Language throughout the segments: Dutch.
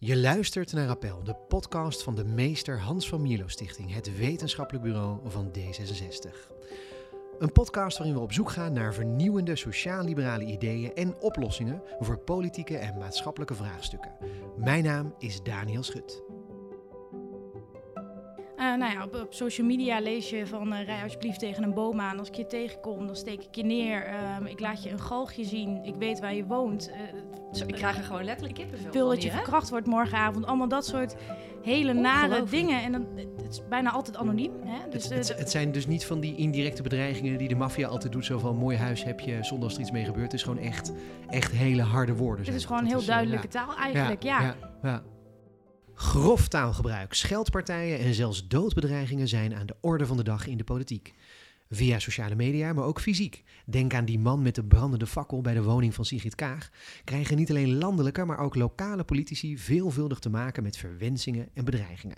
Je luistert naar Appel, de podcast van de meester Hans van Mierlo Stichting, het wetenschappelijk bureau van D66. Een podcast waarin we op zoek gaan naar vernieuwende sociaal-liberale ideeën en oplossingen voor politieke en maatschappelijke vraagstukken. Mijn naam is Daniel Schut. Op social media lees je van rij alsjeblieft tegen een boom aan. Als ik je tegenkom, dan steek ik je neer. Ik laat je een galgje zien. Ik weet waar je woont. Ik krijg er gewoon letterlijk kippenvel Wil van dat je hier, verkracht wordt morgenavond. Allemaal dat soort hele nare dingen. En het is bijna altijd anoniem. Hè? Dus, Het zijn dus niet van die indirecte bedreigingen die de maffia altijd doet. Zo van, mooi huis heb je zonder als er iets mee gebeurt. Het is gewoon echt hele harde woorden. Het is gewoon heel duidelijke taal eigenlijk, ja. Grof taalgebruik, scheldpartijen en zelfs doodbedreigingen zijn aan de orde van de dag in de politiek. Via sociale media, maar ook fysiek. Denk aan die man met de brandende fakkel bij de woning van Sigrid Kaag. Krijgen niet alleen landelijke, maar ook lokale politici veelvuldig te maken met verwensingen en bedreigingen.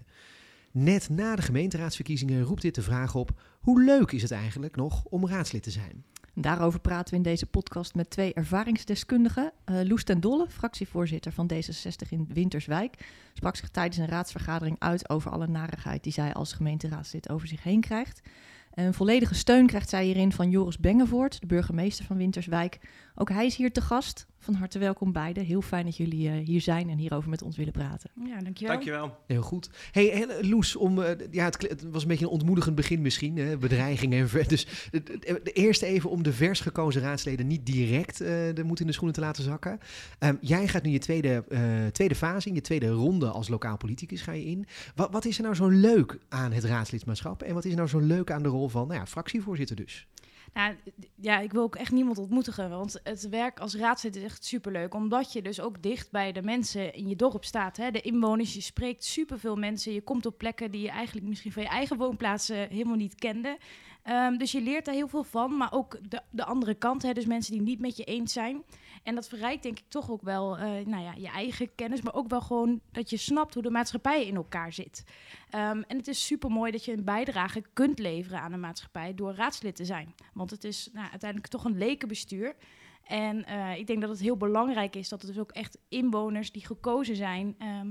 Net na de gemeenteraadsverkiezingen roept dit de vraag op: hoe leuk is het eigenlijk nog om raadslid te zijn? Daarover praten we in deze podcast met twee ervaringsdeskundigen. Loes ten Dolle, fractievoorzitter van D66 in Winterswijk, sprak zich tijdens een raadsvergadering uit over alle narigheid die zij als gemeenteraadslid over zich heen krijgt. En volledige steun krijgt zij hierin van Joris Bengevoort, de burgemeester van Winterswijk. Ook hij is hier te gast. Van harte welkom beiden. Heel fijn dat jullie hier zijn en hierover met ons willen praten. Ja, dankjewel. Dankjewel. Heel goed. Hey Loes, het was een beetje een ontmoedigend begin misschien, hè? Bedreigingen. Dus eerst even om de vers gekozen raadsleden niet direct de moed in de schoenen te laten zakken. Jij gaat nu je tweede fase in, je tweede ronde als lokaal politicus ga je in. Wat is er nou zo leuk aan het raadslidmaatschap en wat is er nou zo leuk aan de rol van fractievoorzitter dus? Nou, ja, ik wil ook echt niemand ontmoedigen, want het werk als raadslid is echt superleuk. Omdat je dus ook dicht bij de mensen in je dorp staat. Hè? De inwoners, je spreekt superveel mensen. Je komt op plekken die je eigenlijk misschien van je eigen woonplaats helemaal niet kende. Dus je leert daar heel veel van, maar ook de andere kant. Hè? Dus mensen die niet met je eens zijn. En dat verrijkt denk ik toch ook wel je eigen kennis, maar ook wel gewoon dat je snapt hoe de maatschappij in elkaar zit. En het is supermooi dat je een bijdrage kunt leveren aan de maatschappij door raadslid te zijn. Want het is uiteindelijk toch een lekenbestuur. En ik denk dat het heel belangrijk is dat er dus ook echt inwoners die gekozen zijn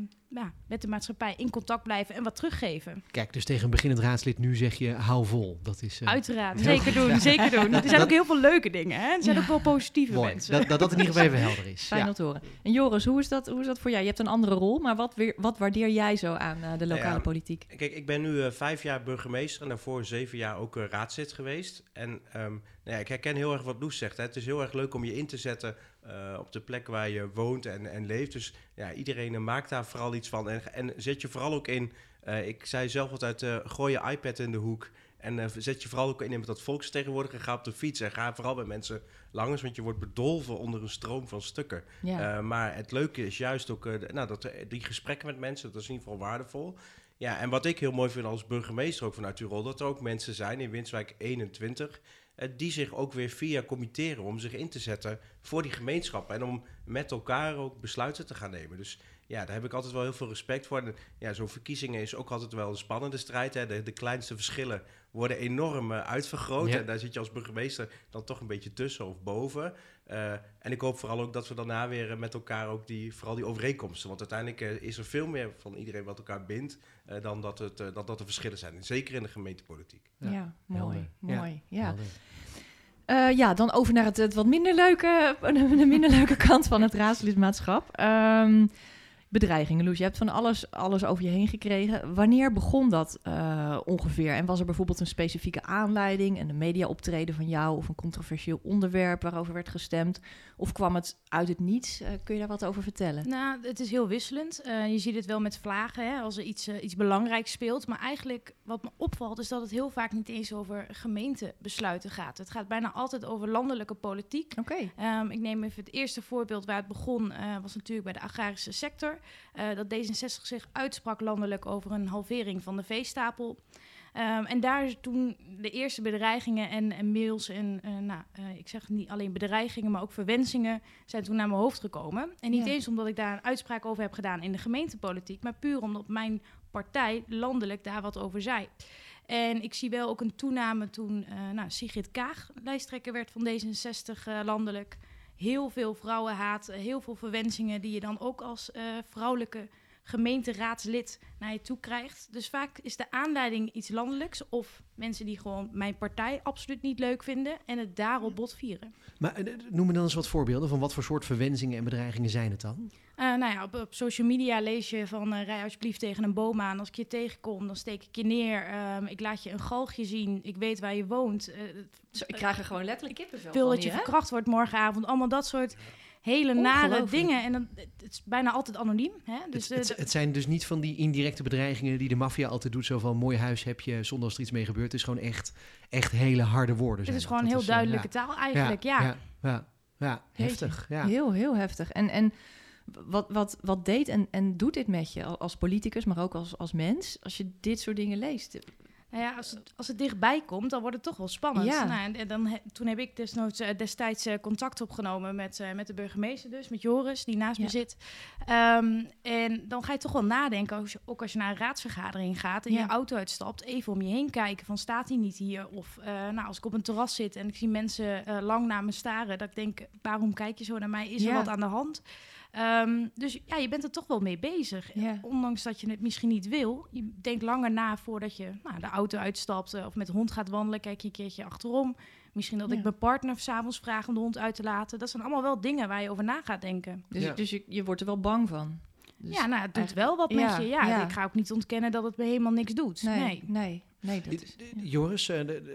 met de maatschappij in contact blijven en wat teruggeven. Kijk, dus tegen een beginnend raadslid nu zeg je hou vol. Dat is, Uiteraard, zeker doen. Er zijn ook heel veel leuke dingen. Hè? Er zijn ook wel positieve mooi, mensen. Dat in ieder geval even helder is. Fijn om te horen. En Joris, hoe is dat voor jou? Je hebt een andere rol, maar wat waardeer jij zo aan de lokale politiek? Kijk, ik ben nu 5 jaar burgemeester en daarvoor 7 jaar ook raadslid geweest. En ik herken heel erg wat Loes zegt. Hè. Het is heel erg leuk om je in te zetten op de plek waar je woont en leeft. Dus ja, iedereen maakt daar vooral iets van. En zet je vooral ook in, ik zei zelf altijd, gooi je iPad in de hoek. En zet je vooral ook in met dat volksvertegenwoordiger. Ga op de fiets en ga vooral bij mensen langs. Want je wordt bedolven onder een stroom van stukken. Ja. Maar het leuke is juist ook die gesprekken met mensen. Dat is in ieder geval waardevol. Ja, en wat ik heel mooi vind als burgemeester ook vanuit die rol. Dat er ook mensen zijn in Winterswijk 21... die zich ook weer via committeren om zich in te zetten voor die gemeenschap. En om met elkaar ook besluiten te gaan nemen. Dus ja, daar heb ik altijd wel heel veel respect voor. En ja, zo'n verkiezingen is ook altijd wel een spannende strijd. Hè. De kleinste verschillen worden enorm uitvergroot. Ja. En daar zit je als burgemeester dan toch een beetje tussen of boven. En ik hoop vooral ook dat we daarna weer met elkaar ook vooral die overeenkomsten. Want uiteindelijk is er veel meer van iedereen wat elkaar bindt dan dat er verschillen zijn. En zeker in de gemeentepolitiek. Ja, mooi. Ja. Dan over naar het wat minder leuke kant van het raadslidmaatschap. Bedreigingen, Loes. Je hebt van alles over je heen gekregen. Wanneer begon dat ongeveer? En was er bijvoorbeeld een specifieke aanleiding, een mediaoptreden van jou of een controversieel onderwerp waarover werd gestemd? Of kwam het uit het niets? Kun je daar wat over vertellen? Nou, het is heel wisselend. Je ziet het wel met vlagen, hè, als er iets belangrijks speelt. Maar eigenlijk wat me opvalt is dat het heel vaak niet eens over gemeentebesluiten gaat. Het gaat bijna altijd over landelijke politiek. Okay. Ik neem even het eerste voorbeeld waar het begon, was natuurlijk bij de agrarische sector. Dat D66 zich uitsprak landelijk over een halvering van de veestapel. En daar is toen de eerste bedreigingen en mails en ik zeg niet alleen bedreigingen, maar ook verwensingen zijn toen naar mijn hoofd gekomen. En niet eens omdat ik daar een uitspraak over heb gedaan in de gemeentepolitiek, maar puur omdat mijn partij landelijk daar wat over zei. En ik zie wel ook een toename toen Sigrid Kaag lijsttrekker werd van D66 landelijk. Heel veel vrouwenhaat, heel veel verwensingen die je dan ook als vrouwelijke gemeenteraadslid naar je toe krijgt. Dus vaak is de aanleiding iets landelijks of mensen die gewoon mijn partij absoluut niet leuk vinden en het daarop botvieren. Maar noem me dan eens wat voorbeelden van wat voor soort verwensingen en bedreigingen zijn het dan? Op social media lees je van rij alsjeblieft tegen een boom aan. Als ik je tegenkom, dan steek ik je neer. Ik laat je een galgje zien. Ik weet waar je woont. Ik krijg er gewoon letterlijk kippenvel Wil van dat je hier, hè? verkracht wordt morgenavond. Allemaal dat soort hele nare dingen. En het is bijna altijd anoniem. Hè? Dus Het zijn dus niet van die indirecte bedreigingen die de maffia altijd doet. Zo van, mooi huis heb je zonder als er iets mee gebeurt. Het is gewoon echt hele harde woorden. Het is zijn gewoon dat. heel Dat duidelijke taal eigenlijk, ja. Ja, heftig. Ja. Heel heftig. En wat deed en doet dit met je als politicus, maar ook als mens, als je dit soort dingen leest? Nou ja, als het dichtbij komt, dan wordt het toch wel spannend. Ja. Nou, toen heb ik destijds contact opgenomen met de burgemeester dus, met Joris, die naast me zit. En dan ga je toch wel nadenken, ook als je naar een raadsvergadering gaat en je auto uitstapt, even om je heen kijken van staat hij niet hier? Of als ik op een terras zit en ik zie mensen lang naar me staren, dat ik denk, waarom kijk je zo naar mij? Is er wat aan de hand? Dus ja, je bent er toch wel mee bezig. Ja. Ondanks dat je het misschien niet wil. Je denkt langer na voordat je de auto uitstapt of met de hond gaat wandelen. Kijk je een keertje achterom. Misschien dat ik mijn partner 's avonds vraag om de hond uit te laten. Dat zijn allemaal wel dingen waar je over na gaat denken. Dus je wordt er wel bang van? Dus het doet wel wat met je. Ja, ik ga ook niet ontkennen dat het me helemaal niks doet. Nee, dat is... Joris,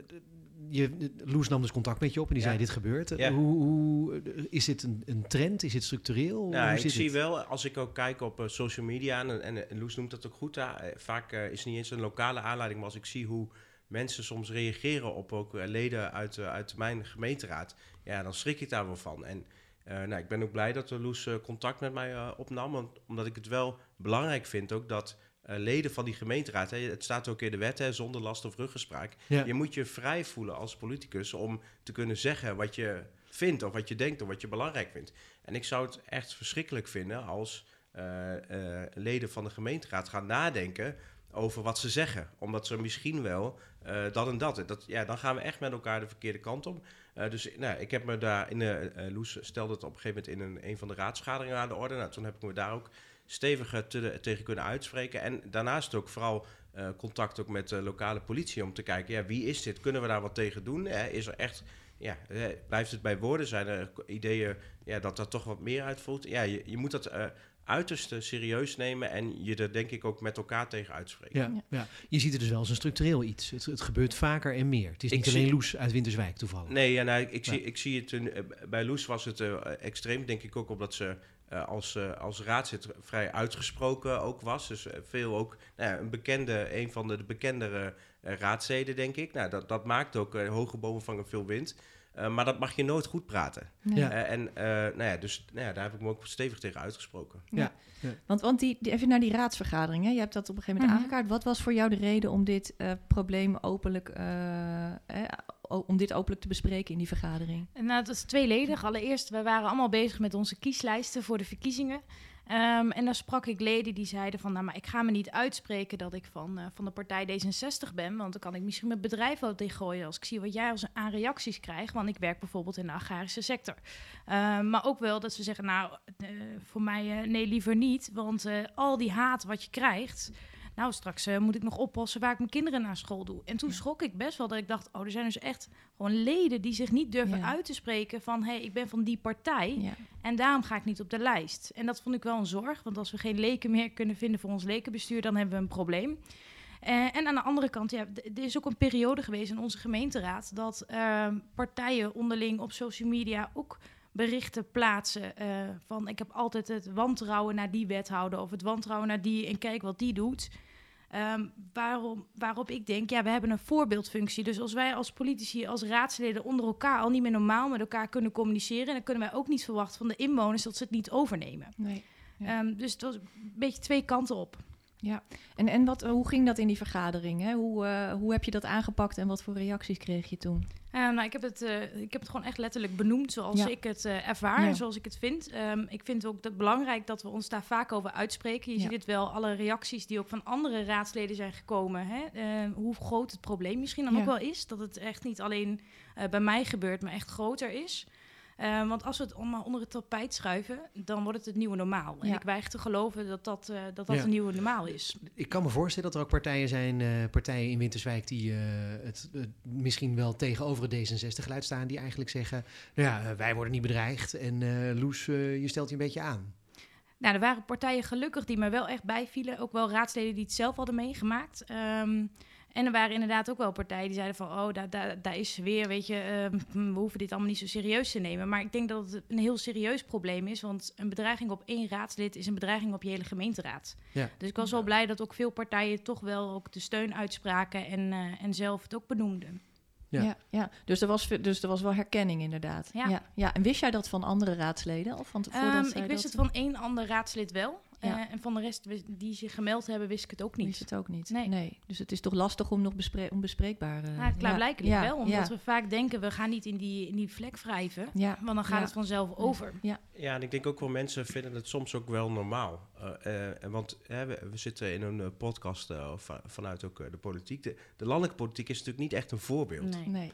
Loes nam dus contact met je op en die zei dit gebeurt. Ja. Hoe is dit een trend? Is het structureel? Nou, ik zie wel, als ik ook kijk op social media, en Loes noemt dat ook goed, vaak is het niet eens een lokale aanleiding, maar als ik zie hoe mensen soms reageren op ook leden uit mijn gemeenteraad, ja, dan schrik ik daar wel van. En ik ben ook blij dat Loes contact met mij opnam, omdat ik het wel belangrijk vind ook dat leden van die gemeenteraad, het staat ook in de wet, zonder last of ruggespraak. Ja. Je moet je vrij voelen als politicus om te kunnen zeggen wat je vindt of wat je denkt of wat je belangrijk vindt. En ik zou het echt verschrikkelijk vinden als leden van de gemeenteraad gaan nadenken over wat ze zeggen. Omdat ze misschien wel dat en dat. Dan gaan we echt met elkaar de verkeerde kant op. Dus ik heb me daar Loes stelde het op een gegeven moment in een van de raadsvergaderingen aan de orde. Nou, toen heb ik me daar ook stevig tegen kunnen uitspreken. En daarnaast ook vooral contact ook met de lokale politie om te kijken, wie is dit? Kunnen we daar wat tegen doen? Is er echt, blijft het bij woorden? Zijn er ideeën dat er toch wat meer uitvoert? Ja, je moet dat uiterst serieus nemen en je er denk ik ook met elkaar tegen uitspreken. Ja. Je ziet het dus wel als een structureel iets. Het gebeurt vaker en meer. Het is niet alleen Loes uit Winterswijk toevallig. Nee, ik zie het bij Loes was het extreem, denk ik ook omdat ze als raadslid vrij uitgesproken ook was. Dus veel ook een van de bekendere raadsleden, denk ik. Nou, dat maakt ook hoge bomen vangen veel wind. Maar dat mag je nooit goed praten. Nee. Daar heb ik me ook stevig tegen uitgesproken. Ja. Want even naar die raadsvergadering. Hè? Je hebt dat op een gegeven moment aangekaart. Wat was voor jou de reden om dit probleem openlijk te bespreken in die vergadering? Nou, dat is tweeledig. Allereerst, we waren allemaal bezig met onze kieslijsten voor de verkiezingen. En daar sprak ik leden die zeiden van, maar ik ga me niet uitspreken dat ik van de partij D66 ben, want dan kan ik misschien mijn bedrijf ook dichtgooien als ik zie wat jij aan reacties krijgt, want ik werk bijvoorbeeld in de agrarische sector. Maar ook wel dat ze zeggen, voor mij nee, liever niet, want al die haat wat je krijgt, straks moet ik nog oppassen waar ik mijn kinderen naar school doe. En toen schrok ik best wel dat ik dacht, er zijn dus echt gewoon leden die zich niet durven uit te spreken van, ik ben van die partij en daarom ga ik niet op de lijst. En dat vond ik wel een zorg, want als we geen leken meer kunnen vinden voor ons lekenbestuur, dan hebben we een probleem. En aan de andere kant, er is ook een periode geweest in onze gemeenteraad dat partijen onderling op social media ook berichten plaatsen van ik heb altijd het wantrouwen naar die wethouder of het wantrouwen naar die en kijk wat die doet. Waarop ik denk, we hebben een voorbeeldfunctie. Dus als wij als politici, als raadsleden onder elkaar al niet meer normaal met elkaar kunnen communiceren, dan kunnen wij ook niet verwachten van de inwoners dat ze het niet overnemen. Nee. Dus het was een beetje twee kanten op. Ja, en hoe ging dat in die vergadering? Hè? Hoe heb je dat aangepakt en wat voor reacties kreeg je toen? Ik heb het gewoon echt letterlijk benoemd zoals ik het ervaar en zoals ik het vind. Ik vind ook dat belangrijk dat we ons daar vaak over uitspreken. Je ziet het wel, alle reacties die ook van andere raadsleden zijn gekomen. Hoe groot het probleem misschien dan ook wel is. Dat het echt niet alleen bij mij gebeurt, maar echt groter is. Want als we het allemaal onder het tapijt schuiven, dan wordt het nieuwe normaal. En ik weiger te geloven dat het nieuwe normaal is. Ik kan me voorstellen dat er ook partijen zijn, partijen in Winterswijk, die het misschien wel tegenover het D66-geluid staan, die eigenlijk zeggen, wij worden niet bedreigd en Loes, je stelt je een beetje aan. Nou, er waren partijen gelukkig die me wel echt bijvielen. Ook wel raadsleden die het zelf hadden meegemaakt. En er waren inderdaad ook wel partijen die zeiden van, daar is ze weer, weet je, we hoeven dit allemaal niet zo serieus te nemen. Maar ik denk dat het een heel serieus probleem is, want een bedreiging op 1 raadslid is een bedreiging op je hele gemeenteraad. Ja. Dus ik was wel blij dat ook veel partijen toch wel ook de steun uitspraken en zelf het ook benoemden. Ja. Dus er was wel herkenning inderdaad. Ja. En wist jij dat van andere raadsleden? Of ik wist het van 1 ander raadslid wel. En van de rest die zich gemeld hebben, wist ik het ook niet. Wist het ook niet? Nee. Dus het is toch lastig om nog onbespreekbaar... klaarblijkelijk wel. Omdat we vaak denken, we gaan niet in die vlek wrijven. Ja. Want dan gaat het vanzelf over. Ja, en ik denk ook wel mensen vinden het soms ook wel normaal. Want we zitten in een podcast vanuit ook de politiek. De landelijke politiek is natuurlijk niet echt een voorbeeld. Nee.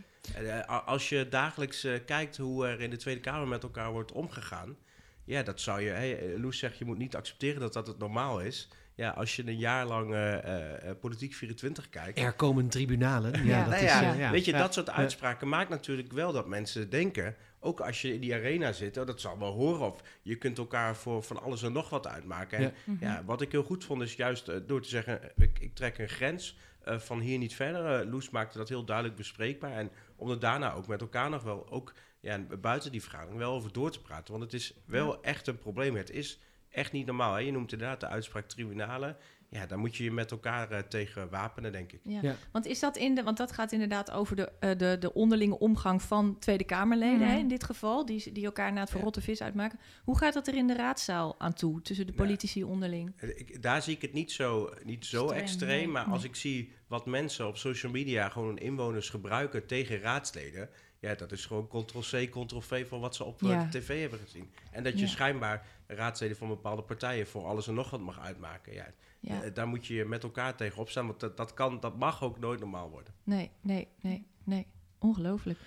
Als je dagelijks kijkt hoe er in de Tweede Kamer met elkaar wordt omgegaan... Ja, dat zou je... Loes zegt, je moet niet accepteren dat het normaal is. Ja, als je een jaar lang Politiek 24 kijkt... Er komen tribunalen. Weet je, dat soort uitspraken maakt natuurlijk wel dat mensen denken... Ook als je in die arena zit, dat zal wel horen. Of je kunt elkaar voor van alles en nog wat uitmaken. En wat ik heel goed vond is juist door te zeggen... Ik trek een grens van hier niet verder. Loes maakte dat heel duidelijk bespreekbaar. En om er daarna ook met elkaar nog wel... ook buiten die vergadering wel over door te praten. Want het is wel echt een probleem. Het is echt niet normaal. Hè? Je noemt inderdaad de uitspraak tribunalen. Ja, daar moet je je met elkaar tegen wapenen, denk ik. Ja. Want is dat want dat gaat inderdaad over de onderlinge omgang van Tweede Kamerleden, hè, in dit geval, die elkaar na het verrotte vis uitmaken. Hoe gaat dat er in de raadzaal aan toe, tussen de politici onderling? Daar zie ik het niet zo extreem, maar als ik zie wat mensen op social media gewoon hun inwoners gebruiken tegen raadsleden... Ja, dat is gewoon Ctrl-C, Ctrl-V van wat ze op de tv hebben gezien. En dat je schijnbaar raadsleden van bepaalde partijen voor alles en nog wat mag uitmaken. Daar moet je met elkaar tegen opstaan, want dat mag ook nooit normaal worden. Nee. Ongelooflijk.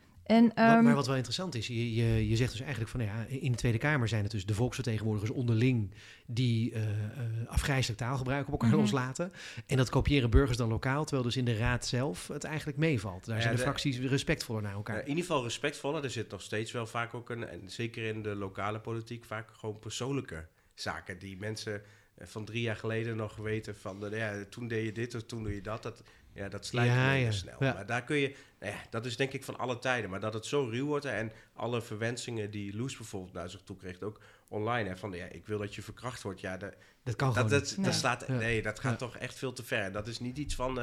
Maar wat wel interessant is, je zegt dus eigenlijk van in de Tweede Kamer zijn het dus de volksvertegenwoordigers onderling die afgrijselijk taalgebruik op elkaar loslaten. En dat kopiëren burgers dan lokaal, terwijl dus in de raad zelf het eigenlijk meevalt. Daar zijn de fracties respectvoller naar elkaar. In ieder geval respectvoller. Er zit nog steeds wel vaak ook en zeker in de lokale politiek, vaak gewoon persoonlijke zaken die mensen van 3 jaar geleden nog weten van toen deed je dit of toen doe je dat. Dat slijt je snel. Ja. Maar daar kun je... dat is denk ik van alle tijden. Maar dat het zo ruw wordt en alle verwensingen die Loes bijvoorbeeld naar zich toe kreeg, ook online. Hè, van ik wil dat je verkracht wordt. Ja, dat kan gewoon niet. Dat gaat toch echt veel te ver. Dat is niet iets van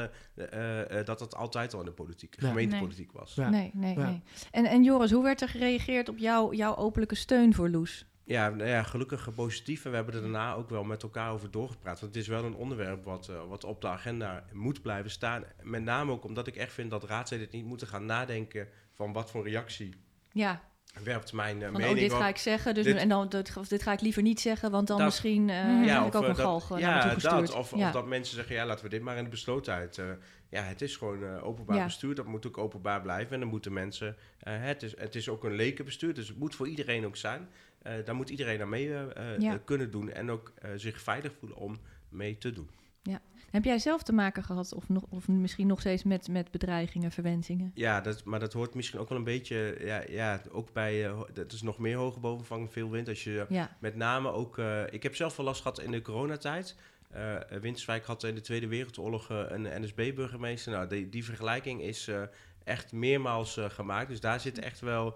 dat het altijd al in de gemeentepolitiek was. Ja. Nee. En Joris, hoe werd er gereageerd op jouw openlijke steun voor Loes? Ja, gelukkig positief. En we hebben er daarna ook wel met elkaar over doorgepraat. Want het is wel een onderwerp wat op de agenda moet blijven staan. Met name ook omdat ik echt vind dat raadsleden niet moeten gaan nadenken van wat voor reactie werpt mijn mening dit ga ik zeggen, dus dit ga ik liever niet zeggen, want dan misschien heb ik ook een galg naar me toegestuurd. Of dat mensen zeggen, laten we dit maar in de beslotenheid. Het is gewoon openbaar bestuur, dat moet ook openbaar blijven. En dan moeten mensen, het is ook een lekenbestuur, dus het moet voor iedereen ook zijn. Daar moet iedereen aan mee kunnen doen en ook zich veilig voelen om mee te doen. Ja. Heb jij zelf te maken gehad of misschien nog steeds met bedreigingen, verwensingen? Ja, maar dat hoort misschien ook wel een beetje... ook bij... dat is nog meer hoge bovenvang, veel wind. Als je met name ook... ik heb zelf wel last gehad in de coronatijd. Winterswijk had in de Tweede Wereldoorlog een NSB-burgemeester. Nou, die vergelijking is echt meermaals gemaakt. Dus daar zit echt wel...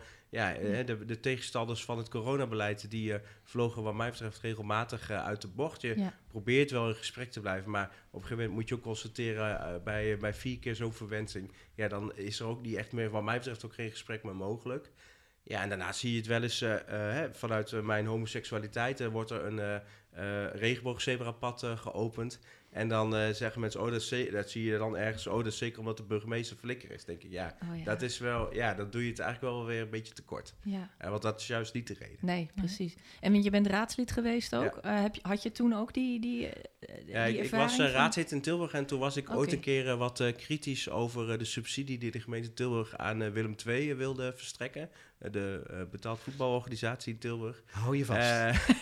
de tegenstanders van het coronabeleid... die vlogen wat mij betreft regelmatig uit de bocht. Je probeert wel in gesprek te blijven... maar op een gegeven moment moet je ook constateren... bij 4 keer zo'n verwensing... dan is er ook niet echt meer... wat mij betreft ook geen gesprek meer mogelijk... Ja, en daarna zie je het wel eens vanuit mijn homoseksualiteit... wordt er regenboogzebrapad geopend. En dan zeggen mensen, dat zie je dan ergens, dat is zeker omdat de burgemeester flikker is. Denk ik, dat is wel, dan doe je het eigenlijk wel weer een beetje tekort. Ja. Want dat is juist niet de reden. Nee, precies. En je bent raadslid geweest ook. Ja. Had je toen ook die ik was raadslid in Tilburg en toen was ik ooit een keer wat kritisch over de subsidie die de gemeente Tilburg aan Willem II wilde verstrekken. De betaald voetbalorganisatie in Tilburg. Hou je vast.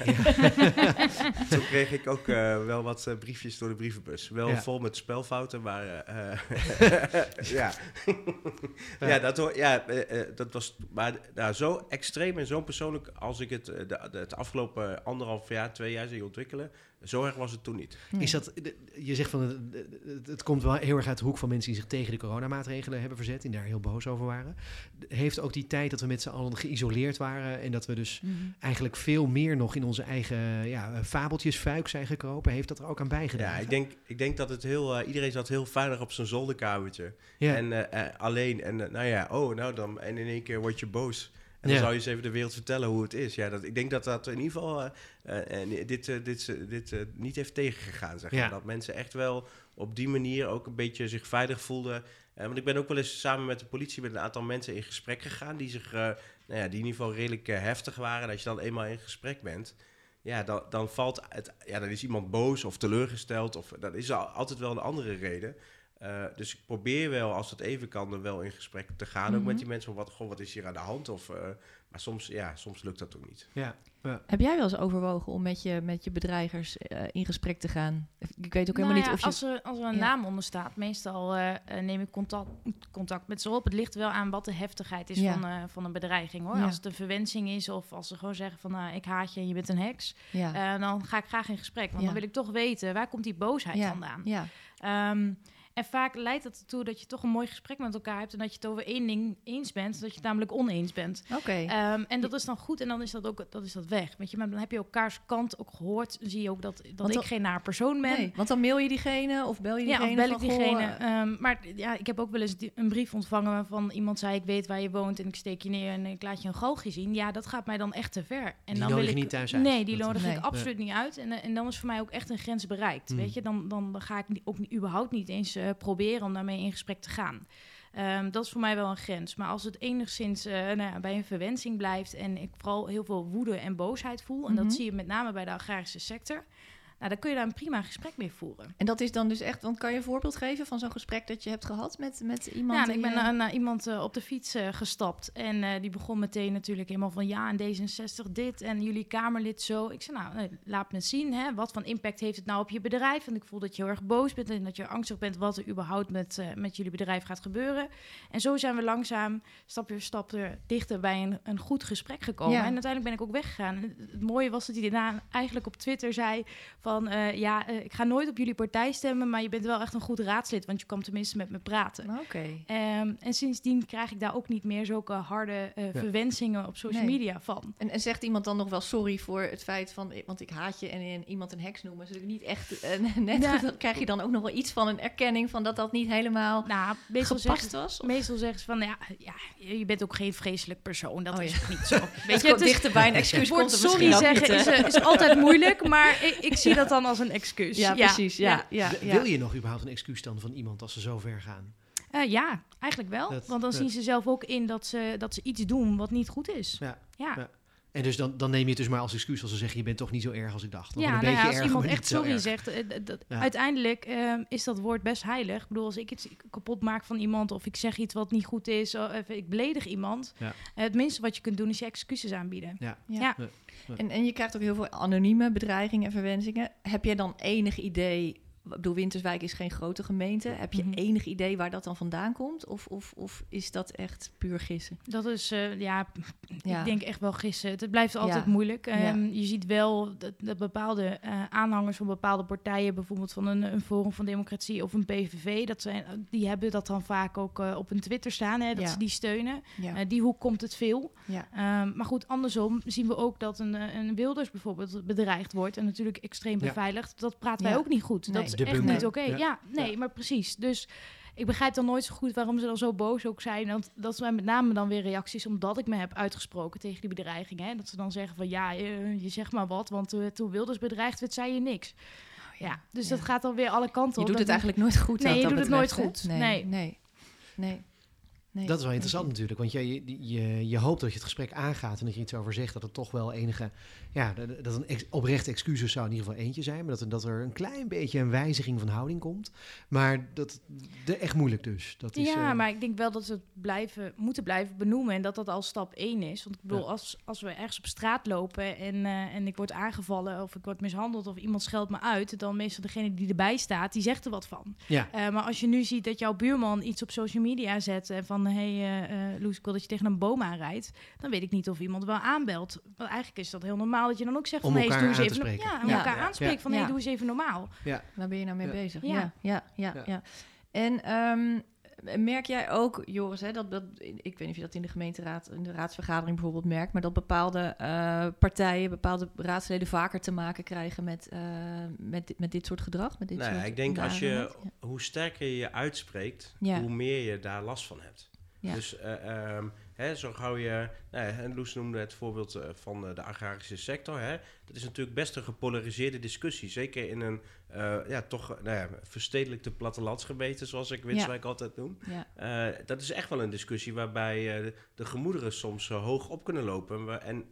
Toen kreeg ik ook wel wat briefjes door de brievenbus. Wel vol met spelfouten, maar dat was maar zo extreem en zo persoonlijk als ik het afgelopen 1,5 jaar, 2 jaar zie ontwikkelen. Zo erg was het toen niet. Is dat, je zegt van het komt wel heel erg uit de hoek van mensen die zich tegen de coronamaatregelen hebben verzet, die daar heel boos over waren. Heeft ook die tijd dat we met z'n allen geïsoleerd waren en dat we dus eigenlijk veel meer nog in onze eigen fabeltjesfuik zijn gekropen, heeft dat er ook aan bijgedragen? Ja, ik denk dat het iedereen zat heel veilig op zijn zolderkamertje. Ja. En alleen. En dan en in één keer word je boos. En dan zou je eens even de wereld vertellen hoe het is. Ik denk dat in ieder geval dit niet heeft tegengegaan. Zeg maar. Dat mensen echt wel op die manier ook een beetje zich veilig voelden. Want ik ben ook wel eens samen met de politie met een aantal mensen in gesprek gegaan die zich, die in ieder geval redelijk heftig waren. En als je dan eenmaal in gesprek bent, dan valt het, dan is iemand boos of teleurgesteld. Of dan is er altijd wel een andere reden. Dus ik probeer wel, als het even kan, er wel in gesprek te gaan. Ook met die mensen van, wat is hier aan de hand? Maar soms lukt dat ook niet. Ja. Heb jij wel eens overwogen om met je bedreigers in gesprek te gaan? Ik weet ook helemaal niet of je... Als er een naam onder staat, meestal neem ik contact met ze op. Het ligt wel aan wat de heftigheid is van een bedreiging, hoor. Ja. Als het een verwensing is of als ze gewoon zeggen van ik haat je en je bent een heks, dan ga ik graag in gesprek. Want dan wil ik toch weten, waar komt die boosheid vandaan? Ja. En vaak leidt dat ertoe dat je toch een mooi gesprek met elkaar hebt en dat je het over één ding eens bent, dat je het namelijk oneens bent. Okay. En dat is dan goed en dan is dat weg. Weet je, maar dan heb je elkaars kant ook gehoord. Dan zie je ook dat ik geen naar persoon ben. Nee, want dan mail je diegene of bel je diegene? Ja, of bel ik diegene. Maar ik heb ook wel eens een brief ontvangen waarvan iemand zei, ik weet waar je woont en ik steek je neer en ik laat je een galgje zien. Ja, dat gaat mij dan echt te ver. En die dan nodig wil ik niet thuis uit. Nee, die nodig ik absoluut niet uit. En dan is voor mij ook echt een grens bereikt. Weet je, dan ga ik ook überhaupt niet eens proberen om daarmee in gesprek te gaan. Dat is voor mij wel een grens. Maar als het enigszins bij een verwensing blijft en ik vooral heel veel woede en boosheid voel, en dat zie je met name bij de agrarische sector, dan kun je daar een prima gesprek mee voeren. En dat is dan dus echt, want kan je een voorbeeld geven van zo'n gesprek dat je hebt gehad met iemand? Ja, ik ben naar iemand op de fiets gestapt en die begon meteen natuurlijk helemaal van en D66 dit en jullie Kamerlid zo. Ik zei laat me zien, hè, wat voor impact heeft het nou op je bedrijf? En ik voel dat je heel erg boos bent en dat je angstig bent wat er überhaupt met jullie bedrijf gaat gebeuren. En zo zijn we langzaam stap voor stap dichter bij een goed gesprek gekomen. Ja. En uiteindelijk ben ik ook weggegaan. En het mooie was dat hij daarna eigenlijk op Twitter zei van ik ga nooit op jullie partij stemmen, maar je bent wel echt een goed raadslid, want je kwam tenminste met me praten. Okay. En sindsdien krijg ik daar ook niet meer zulke harde verwensingen op social media van. En zegt iemand dan nog wel sorry voor het feit van, want ik haat je en iemand een heks noemen, is natuurlijk niet echt dan krijg je dan ook nog wel iets van een erkenning van dat niet helemaal gepast was? Meestal zeggen ze van, je bent ook geen vreselijk persoon, dat is niet zo. Weet je, het dichterbij een excuus komt er misschien ook niet. Sorry zeggen is altijd moeilijk, maar ik zie dat dan als een excuus. Ja, precies. Ja. Wil je nog überhaupt een excuus dan van iemand als ze zo ver gaan? Ja, eigenlijk wel. Want dan zien ze zelf ook in dat ze iets doen wat niet goed is. Ja. En dus dan neem je het dus maar als excuus als ze zeggen, je bent toch niet zo erg als ik dacht. Als iemand echt sorry zegt, uiteindelijk is dat woord best heilig. Ik bedoel, als ik iets kapot maak van iemand of ik zeg iets wat niet goed is, of ik beledig iemand, het minste wat je kunt doen is je excuses aanbieden. Ja. En je krijgt ook heel veel anonieme bedreigingen en verwensingen. Heb jij dan enig idee? Ik bedoel, Winterswijk is geen grote gemeente. Heb je enig idee waar dat dan vandaan komt? Of is dat echt puur gissen? Dat is, ik denk echt wel gissen. Het blijft altijd moeilijk. Je ziet wel dat bepaalde aanhangers van bepaalde partijen, bijvoorbeeld van een Forum van Democratie of een PVV, die hebben dat dan vaak ook op hun Twitter staan, hè, dat ze die steunen. Ja. Die hoek komt het veel. Ja. Maar goed, andersom zien we ook dat een Wilders bijvoorbeeld bedreigd wordt en natuurlijk extreem beveiligd. Dat praten wij ook niet goed. de echt bunker. niet oké. Ja. Ja, nee, maar precies. Dus ik begrijp dan nooit zo goed waarom ze dan zo boos ook zijn. Want dat zijn met name dan weer reacties omdat ik me heb uitgesproken tegen die bedreiging. Hè? Dat ze dan zeggen van ja, je zegt maar wat, want toen Wilders bedreigd werd, zei je niks. Ja, dus dat gaat dan weer alle kanten Je op. doet het Dat- eigenlijk nooit goed. Nee, wat je dat doet het betreft, nooit hè? goed. Nee. Dat is wel interessant natuurlijk, want je hoopt dat je het gesprek aangaat en dat je iets over zegt, dat het toch wel enige, ja, dat een oprechte excuses zou in ieder geval eentje zijn, maar dat er een klein beetje een wijziging van houding komt. Maar dat is echt moeilijk dus. Dat is, Ja, maar ik denk wel dat we het moeten blijven benoemen en dat al stap 1 is. Want ik bedoel, als we ergens op straat lopen en ik word aangevallen of ik word mishandeld of iemand scheldt me uit, dan meestal degene die erbij staat, die zegt er wat van. Ja. Maar als je nu ziet dat jouw buurman iets op social media zet van Loes, ik wil dat je tegen een boom aanrijdt, dan weet ik niet of iemand wel aanbelt. Want eigenlijk is dat heel normaal dat je dan ook zegt Om van elkaar doe eens aan te even spreken. ja, om Ja. elkaar Ja. aanspreken van Ja. doe eens even normaal. Waar ben je nou mee Ja. bezig? Ja. Ja. En merk jij ook, Joris, hè, dat ik weet niet of je dat in de gemeenteraad, in de raadsvergadering bijvoorbeeld merkt, maar dat bepaalde partijen, bepaalde raadsleden vaker te maken krijgen met dit soort gedrag? Met dit Nou ja, soort ik denk daden? hoe sterker je je uitspreekt, Ja. hoe meer je daar last van hebt. Ja. Dus zo gauw je... en Loes noemde het voorbeeld van de agrarische sector. Hè. Dat is natuurlijk best een gepolariseerde discussie. Zeker in een verstedelijkte plattelandsgemeente, zoals ik Winterswijk altijd noem. Ja. Dat is echt wel een discussie waarbij de gemoederen soms hoog op kunnen lopen.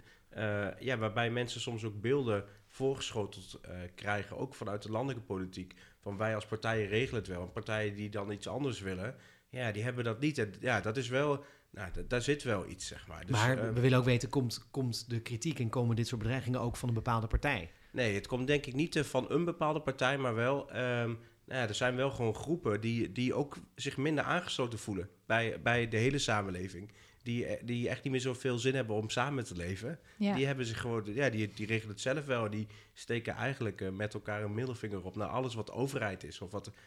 Waarbij mensen soms ook beelden voorgeschoteld krijgen, ook vanuit de landelijke politiek. Van wij als partijen regelen het wel. En partijen die dan iets anders willen, ja, die hebben dat niet. En ja, dat is wel... Nou, daar zit wel iets, zeg maar. Dus, Maar we willen ook weten, komt de kritiek en komen dit soort bedreigingen ook van een bepaalde partij? Nee, het komt denk ik niet van een bepaalde partij, maar wel... er zijn wel gewoon groepen die ook zich minder aangesloten voelen bij de hele samenleving. Die echt niet meer zoveel zin hebben om samen te leven. Ja. Die hebben zich gewoon... Ja, die regelen het zelf wel. Die steken eigenlijk met elkaar een middelvinger op naar alles wat overheid is. Of wat,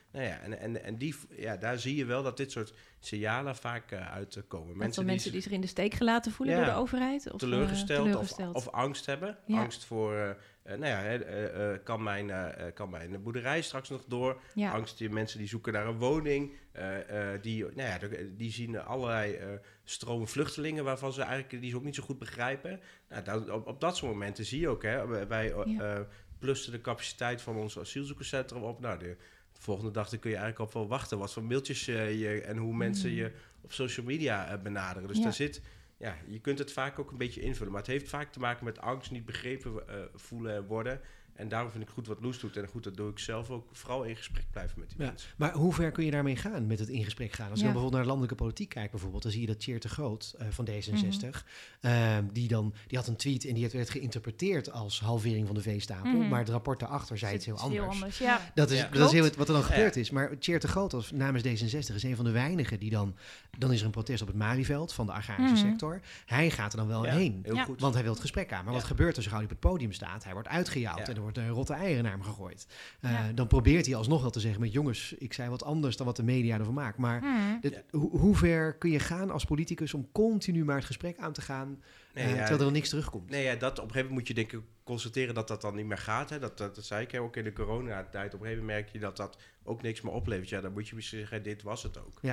daar zie je wel dat dit soort signalen vaak uitkomen. Mensen die zich in de steek gelaten voelen door de overheid? Of, teleurgesteld. Of angst hebben. Ja. Angst voor... kan mijn boerderij straks nog door? Ja. Angst die mensen die zoeken naar een woning. Die zien allerlei stromen vluchtelingen waarvan die ze ook niet zo goed begrijpen. Nou, op dat soort momenten zie je ook, hè, wij plussen de capaciteit van ons asielzoekerscentrum op. Nou, de volgende dag dan kun je eigenlijk al wel wachten wat voor mailtjes en hoe mensen je op social media benaderen. Dus daar zit... Ja, je kunt het vaak ook een beetje invullen. Maar het heeft vaak te maken met angst, niet begrepen voelen en worden. En daarom vind ik goed wat Loes doet. En goed, dat doe ik zelf ook. Vooral in gesprek blijven met die mensen. Maar hoe ver kun je daarmee gaan met het in gesprek gaan? Als je dan bijvoorbeeld naar de landelijke politiek kijkt bijvoorbeeld, dan zie je dat Tjeerd de Groot van D66, die had een tweet en die werd geïnterpreteerd als halvering van de veestapel. Maar het rapport daarachter zei iets heel anders. Ja. Dat is heel wat er dan gebeurd is. Maar Tjeerd de Groot namens D66 is een van de weinigen die dan is er een protest op het Malieveld van de agrarische sector. Hij gaat er dan wel heen. Heel goed. Want hij wil het gesprek aan. Maar wat gebeurt er zo gauw hij op het podium staat? Hij wordt uitgejouwd en er wordt rotte eieren naar hem gegooid. Dan probeert hij alsnog wel te zeggen met jongens, ik zei wat anders dan wat de media ervan maakt. Maar hoe ver kun je gaan als politicus om continu maar het gesprek aan te gaan terwijl er niks terugkomt? Nee, ja, dat op een gegeven moment moet je denk ik constateren dat dat dan niet meer gaat. Hè. Dat zei ik ook in de coronatijd. Op een gegeven moment merk je dat ook niks meer oplevert. Ja, dan moet je misschien zeggen, dit was het ook.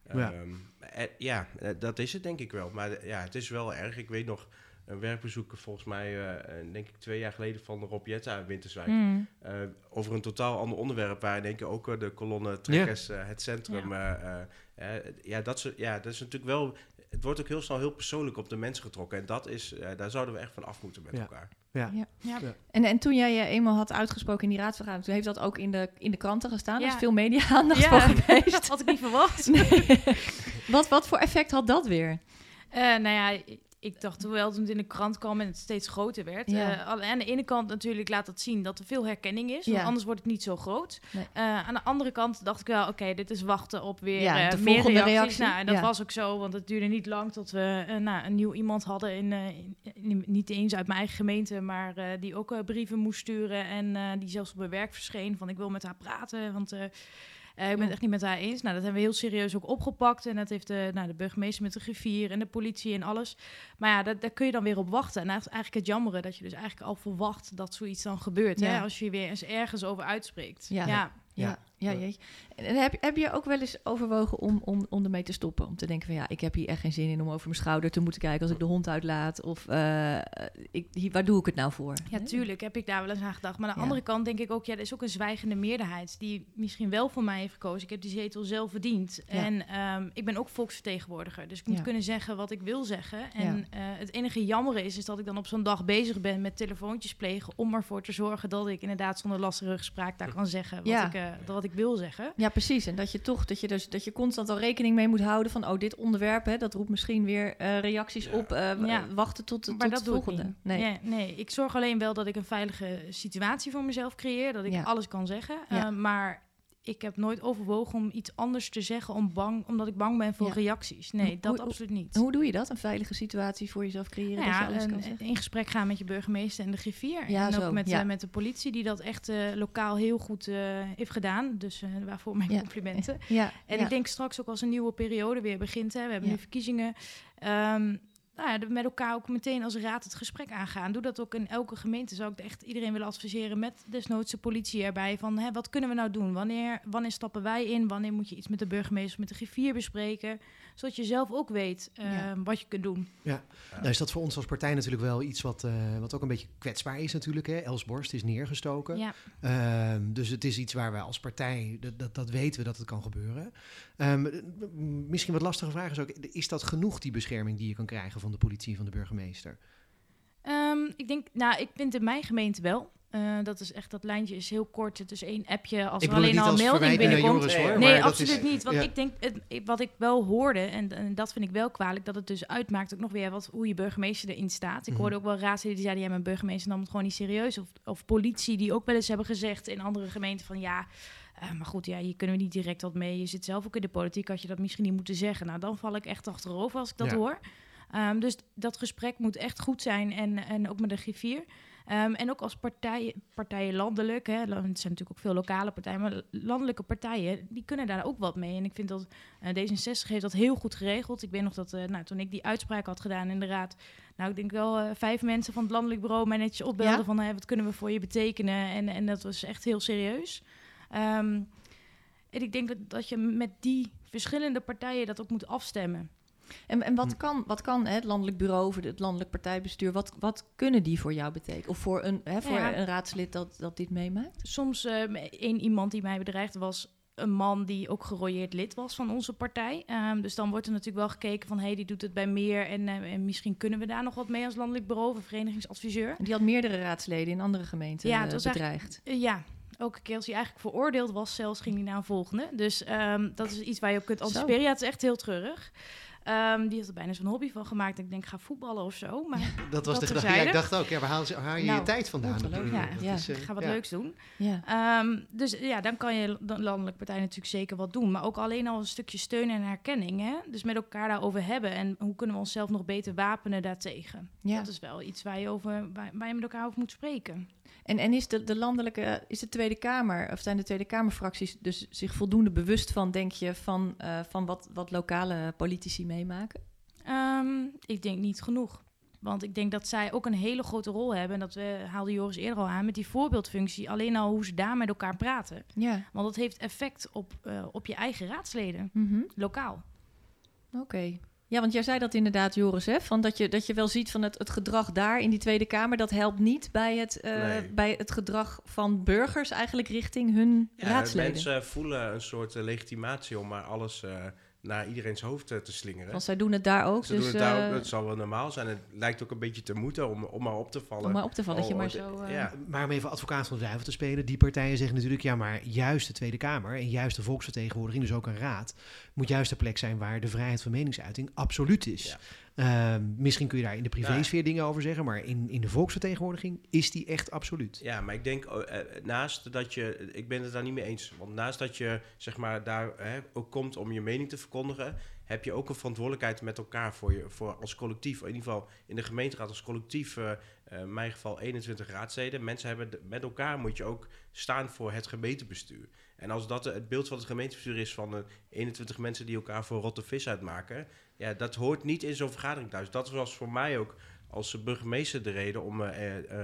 Dat is het denk ik wel. Maar ja, het is wel erg. Ik weet nog een werkbezoek volgens mij, denk ik 2 jaar geleden van Rob Jetta in Winterswijk. Over een totaal ander onderwerp waar denk ik ook de kolonnentrekkers, het centrum. Dat is natuurlijk wel... Het wordt ook heel snel heel persoonlijk op de mensen getrokken. En dat is, daar zouden we echt van af moeten met elkaar. Ja. En toen jij je eenmaal had uitgesproken in die raadsvergadering, toen heeft dat ook in de kranten gestaan. Er is veel media-aandacht voor geweest. Had ik niet verwacht. Nee. Wat voor effect had dat weer? Ik dacht wel toen het in de krant kwam en het steeds groter werd. Ja. Aan de ene kant natuurlijk laat dat zien dat er veel herkenning is. Want anders wordt het niet zo groot. Nee. Aan de andere kant dacht ik wel, oké, dit is wachten op weer de meer volgende reacties. reactie. En dat was ook zo, want het duurde niet lang tot we een nieuw iemand hadden. Niet eens uit mijn eigen gemeente, maar die ook brieven moest sturen. En die zelfs op mijn werk verscheen van ik wil met haar praten, want... ik ben het echt niet met haar eens. Nou, dat hebben we heel serieus ook opgepakt. En dat heeft de burgemeester met de griffier en de politie en alles. Maar ja, daar kun je dan weer op wachten. En dat is eigenlijk het jammere dat je dus eigenlijk al verwacht dat zoiets dan gebeurt. Ja. Hè? Als je weer eens ergens over uitspreekt. Ja. Jeetje. En heb je ook wel eens overwogen om ermee te stoppen? Om te denken van ik heb hier echt geen zin in om over mijn schouder te moeten kijken als ik de hond uitlaat. Of waar doe ik het nou voor? Ja, tuurlijk heb ik daar wel eens aan gedacht. Maar aan de andere kant denk ik ook, er is ook een zwijgende meerderheid die misschien wel voor mij heeft gekozen. Ik heb die zetel zelf verdiend. Ja. En ik ben ook volksvertegenwoordiger. Dus ik moet kunnen zeggen wat ik wil zeggen. En het enige jammer is dat ik dan op zo'n dag bezig ben met telefoontjes plegen om ervoor te zorgen dat ik inderdaad zonder lastige ruggespraak daar kan zeggen wat ik wil zeggen. Ja, precies. En dat je constant al rekening mee moet houden van dit onderwerp, dat roept misschien weer reacties op. Wachten tot het volgende. Nee, ik zorg alleen wel dat ik een veilige situatie voor mezelf creëer, dat ik alles kan zeggen. Maar ik heb nooit overwogen om iets anders te zeggen omdat ik bang ben voor reacties. Nee, dat absoluut niet. Hoe doe je dat? Een veilige situatie voor jezelf creëren? Dat je alles kan zeggen? In gesprek gaan met je burgemeester en de griffier. Ja, en ook met de politie die dat echt lokaal heel goed heeft gedaan. Dus waarvoor mijn complimenten. En ik denk straks ook als een nieuwe periode weer begint. We hebben nu verkiezingen. Met elkaar ook meteen als raad het gesprek aangaan. Doe dat ook in elke gemeente. Zou ik echt iedereen willen adviseren met desnoods de politie erbij. Van wat kunnen we nou doen? Wanneer stappen wij in? Wanneer moet je iets met de burgemeester of met de griffier bespreken? Zodat je zelf ook weet wat je kunt doen. Ja, nou is dat voor ons als partij natuurlijk wel iets wat ook een beetje kwetsbaar is natuurlijk. Hè? Els Borst is neergestoken. Ja. Dus het is iets waar wij als partij, dat weten we dat het kan gebeuren. Misschien wat lastige vraag is ook, is dat genoeg die bescherming die je kan krijgen van de politie en van de burgemeester? Ik vind in mijn gemeente wel. Dat is echt, dat lijntje is heel kort. Het is 1 appje. Als er alleen al een melding binnenkomt. Joris, nee, absoluut niet. Want ik denk, wat ik wel hoorde, en dat vind ik wel kwalijk, dat het dus uitmaakt ook nog weer hoe je burgemeester erin staat. Ik hoorde ook wel raadsleden die zeiden, mijn burgemeester nam het gewoon niet serieus. Of politie die ook wel eens hebben gezegd in andere gemeenten van maar goed, hier kunnen we niet direct wat mee. Je zit zelf ook in de politiek, had je dat misschien niet moeten zeggen. Nou, dan val ik echt achterover als ik dat hoor. Dus dat gesprek moet echt goed zijn en ook met de griffier. En ook als partijen landelijk, er zijn natuurlijk ook veel lokale partijen, maar landelijke partijen, die kunnen daar ook wat mee. En ik vind dat D66 heeft dat heel goed geregeld. Ik weet nog dat toen ik die uitspraak had gedaan in de raad, ik denk wel 5 mensen van het landelijk bureau mij netjes opbelden van wat kunnen we voor je betekenen. En dat was echt heel serieus. En ik denk dat je met die verschillende partijen dat ook moet afstemmen. En wat kan het landelijk bureau of het landelijk partijbestuur, wat kunnen die voor jou betekenen? Of voor een raadslid dat dit meemaakt? Soms iemand die mij bedreigde was een man die ook gerooieerd lid was van onze partij. Dus dan wordt er natuurlijk wel gekeken van, die doet het bij meer en misschien kunnen we daar nog wat mee als landelijk bureau of verenigingsadviseur. Die had meerdere raadsleden in andere gemeenten bedreigd. Elke keer als hij eigenlijk veroordeeld was, zelfs ging hij naar een volgende. Dus dat is iets waar je op kunt anticiperen. Ja, het is echt heel treurig. Die heeft er bijna zo'n hobby van gemaakt. Ik denk, ga voetballen of zo. Maar dat was de gedachte. Ja, ik dacht ook, waar haal je je tijd vandaan? Ik ga wat leuks doen. Ja. Dus dan kan je de landelijke partij natuurlijk zeker wat doen. Maar ook alleen al een stukje steun en herkenning. Hè? Dus met elkaar daarover hebben. En hoe kunnen we onszelf nog beter wapenen daartegen? Ja. Dat is wel iets waar je met elkaar over moet spreken. En is is de Tweede Kamer, of zijn de Tweede Kamerfracties dus zich voldoende bewust van, denk je, van wat lokale politici meemaken? Ik denk niet genoeg. Want ik denk dat zij ook een hele grote rol hebben. En dat haalde Joris eerder al aan met die voorbeeldfunctie. Alleen al hoe ze daar met elkaar praten. Ja. Want dat heeft effect op je eigen raadsleden, lokaal. Oké. Ja, want jij zei dat inderdaad, Joris, hè? Van dat je wel ziet van het gedrag daar in die Tweede Kamer. Dat helpt niet bij het gedrag van burgers eigenlijk richting hun raadsleden. Mensen voelen een soort legitimatie om maar alles naar iedereen's hoofd te slingeren. Want zij doen het daar ook. Ze doen het daar ook, dat zal wel normaal zijn. Het lijkt ook een beetje te moeten om maar op te vallen. Om maar op te vallen, dat je maar zo... Maar om even advocaat van de duivel te spelen, die partijen zeggen natuurlijk, maar juist de Tweede Kamer en juist de volksvertegenwoordiging, dus ook een raad, moet juist de plek zijn waar de vrijheid van meningsuiting absoluut is. Ja. Misschien kun je daar in de privésfeer dingen over zeggen, maar in de volksvertegenwoordiging is die echt absoluut. Ja, maar ik denk naast dat ik ben het daar niet mee eens, want naast dat je zeg maar daar ook komt om je mening te verkondigen, heb je ook een verantwoordelijkheid met elkaar voor als collectief, in ieder geval in de gemeenteraad als collectief, in mijn geval 21 raadsleden. Mensen hebben met elkaar moet je ook staan voor het gemeentebestuur. En als dat het beeld van het gemeentebestuur is van 21 mensen die elkaar voor rotte vis uitmaken, ja, dat hoort niet in zo'n vergadering thuis. Dat was voor mij ook als burgemeester de reden om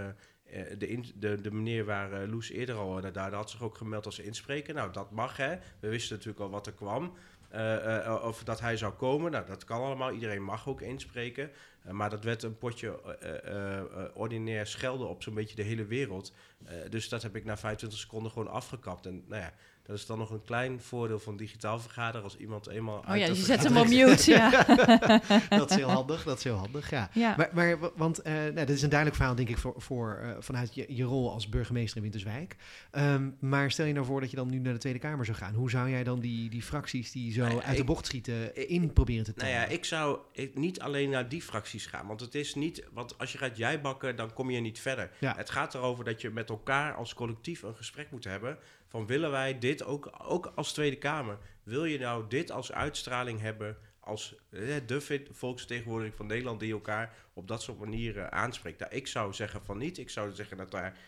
de meneer waar Loes eerder al daar had zich ook gemeld als inspreker. Nou, dat mag, hè. We wisten natuurlijk al wat er kwam. Of dat hij zou komen. Nou, dat kan allemaal. Iedereen mag ook inspreken. Maar dat werd een potje ordinair schelden op zo'n beetje de hele wereld. Dus dat heb ik na 25 seconden gewoon afgekapt. En nou ja, dat is dan nog een klein voordeel van digitaal vergaderen. Als iemand eenmaal je zet hem op mute, ja. Dat is heel handig, ja. Want dat is een duidelijk verhaal, denk ik, vanuit je rol als burgemeester in Winterswijk. Maar stel je nou voor dat je dan nu naar de Tweede Kamer zou gaan. Hoe zou jij dan die fracties die zo uit de bocht schieten in proberen te tellen? Nou ja, ik zou niet alleen naar die fracties gaan. Want het is niet, want als je gaat jijbakken, dan kom je niet verder. Ja. Het gaat erover dat je met elkaar als collectief een gesprek moet hebben. Van willen wij dit ook als Tweede Kamer? Wil je nou dit als uitstraling hebben als de volksvertegenwoordiging van Nederland die elkaar op dat soort manieren aanspreekt? Nou, ik zou zeggen van niet. Ik zou zeggen dat daar,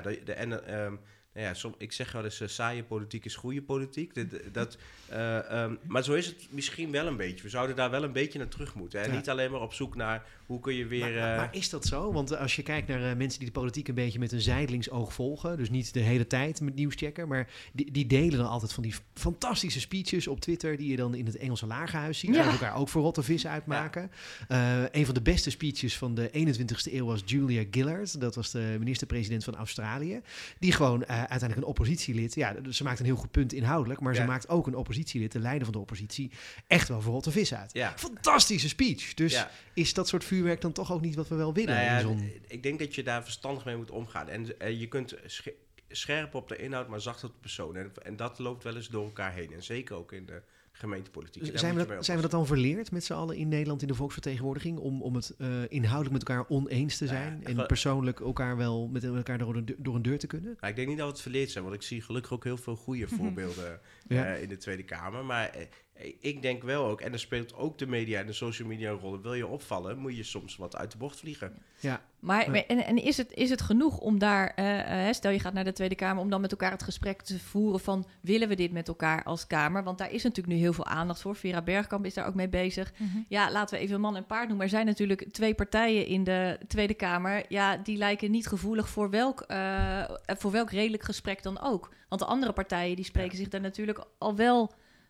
ik zeg wel eens, saaie politiek is goede politiek. Maar zo is het misschien wel een beetje. We zouden daar wel een beetje naar terug moeten. En niet alleen maar op zoek naar hoe kun je weer... Maar is dat zo? Want als je kijkt naar mensen die de politiek een beetje met een zijdelings oog volgen, dus niet de hele tijd met nieuws checken, maar die delen dan altijd van die fantastische speeches op Twitter die je dan in het Engelse lagerhuis ziet. Ja. Die elkaar ook voor rotte vis uitmaken. Ja. Een van de beste speeches van de 21ste eeuw was Julia Gillard. Dat was de minister-president van Australië. Die gewoon uiteindelijk een oppositielid... Ja, ze maakt een heel goed punt inhoudelijk, maar ze maakt ook een oppositielid, de leider van de oppositie, echt wel voor rotte vis uit. Ja. Fantastische speech. Dus is dat soort vuurwerk dan toch ook niet wat we wel willen? Nou ja, ik denk dat je daar verstandig mee moet omgaan. En je kunt scherp op de inhoud, maar zacht op de persoon. En dat loopt wel eens door elkaar heen. En zeker ook in de gemeentepolitiek. Zijn we dat dan verleerd met z'n allen in Nederland in de volksvertegenwoordiging? Om het inhoudelijk met elkaar oneens te zijn? En persoonlijk elkaar wel met elkaar door een deur te kunnen? Ik denk niet dat we het verleerd zijn. Want ik zie gelukkig ook heel veel goede voorbeelden in de Tweede Kamer. Maar ik denk wel ook, en er speelt ook de media en de social media een rol. Wil je opvallen, moet je soms wat uit de bocht vliegen. Ja. Maar is het genoeg om daar, stel je gaat naar de Tweede Kamer, om dan met elkaar het gesprek te voeren van, willen we dit met elkaar als Kamer? Want daar is natuurlijk nu heel veel aandacht voor. Vera Bergkamp is daar ook mee bezig. Mm-hmm. Ja, laten we even man en paard noemen. Er zijn natuurlijk 2 partijen in de Tweede Kamer, ja, die lijken niet gevoelig voor welk redelijk gesprek dan ook. Want de andere partijen, die spreken zich daar natuurlijk al wel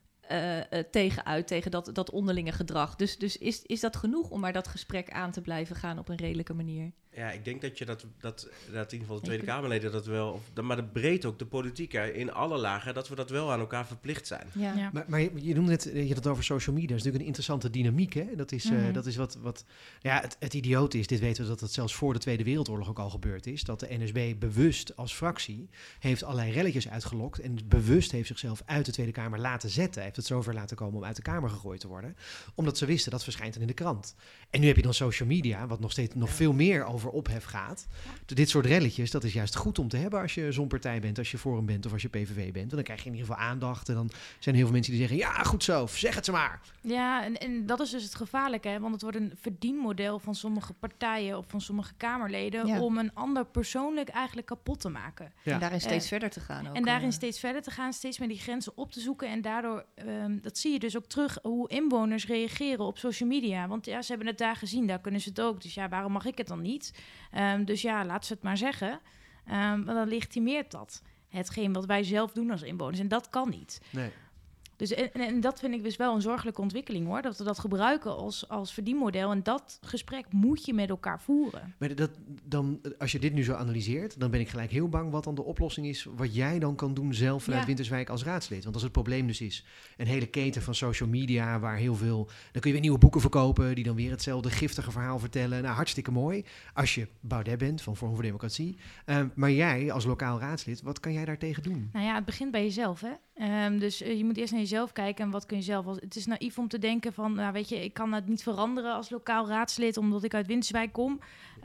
tegen dat onderlinge gedrag. Dus is dat genoeg om maar dat gesprek aan te blijven gaan op een redelijke manier? Ja, ik denk dat je dat in ieder geval de Tweede Kamerleden dat wel, maar dat breed ook de politiek in alle lagen, dat we dat wel aan elkaar verplicht zijn. Ja. Ja. Maar je noemde net, je had het over social media. Dat is natuurlijk een interessante dynamiek, hè? Dat is wat het idioot is. Dit weten we dat het zelfs voor de Tweede Wereldoorlog ook al gebeurd is. Dat de NSB bewust als fractie heeft allerlei relletjes uitgelokt en bewust heeft zichzelf uit de Tweede Kamer laten zetten. Heeft het zover laten komen om uit de Kamer gegooid te worden. Omdat ze wisten, dat verschijnt dan in de krant. En nu heb je dan social media, wat nog steeds nog veel meer over ophef gaat. Ja. Dit soort relletjes, dat is juist goed om te hebben als je zo'n partij bent, als je Forum bent of als je PVV bent. Want dan krijg je in ieder geval aandacht en dan zijn er heel veel mensen die zeggen, ja, goed zo, zeg het ze maar. Ja, en dat is dus het gevaarlijke, hè? Want het wordt een verdienmodel van sommige partijen of van sommige Kamerleden om een ander persoonlijk eigenlijk kapot te maken. Ja. En daarin steeds verder te gaan ook. En daarin steeds verder te gaan, steeds meer die grenzen op te zoeken en daardoor, dat zie je dus ook terug, hoe inwoners reageren op social media. Want ja, ze hebben het daar gezien, daar kunnen ze het ook. Dus ja, waarom mag ik het dan niet? Dus ja, laat ze het maar zeggen. Maar dan legitimeert dat hetgeen wat wij zelf doen als inwoners. En dat kan niet. Nee. Dus en dat vind ik dus wel een zorgelijke ontwikkeling, hoor. Dat we dat gebruiken als verdienmodel. En dat gesprek moet je met elkaar voeren. Maar dan, als je dit nu zo analyseert, dan ben ik gelijk heel bang wat dan de oplossing is, wat jij dan kan doen zelf vanuit Winterswijk als raadslid. Want als het probleem dus is een hele keten van social media, waar heel veel, dan kun je weer nieuwe boeken verkopen, die dan weer hetzelfde giftige verhaal vertellen. Nou, hartstikke mooi. Als je Baudet bent, van Forum voor Democratie. Maar jij als lokaal raadslid, wat kan jij daartegen doen? Nou ja, het begint bij jezelf, hè. Dus je moet eerst naar jezelf kijken en wat kun je zelf. Het is naïef om te denken van, nou weet je, ik kan het niet veranderen als lokaal raadslid omdat ik uit Winterswijk kom.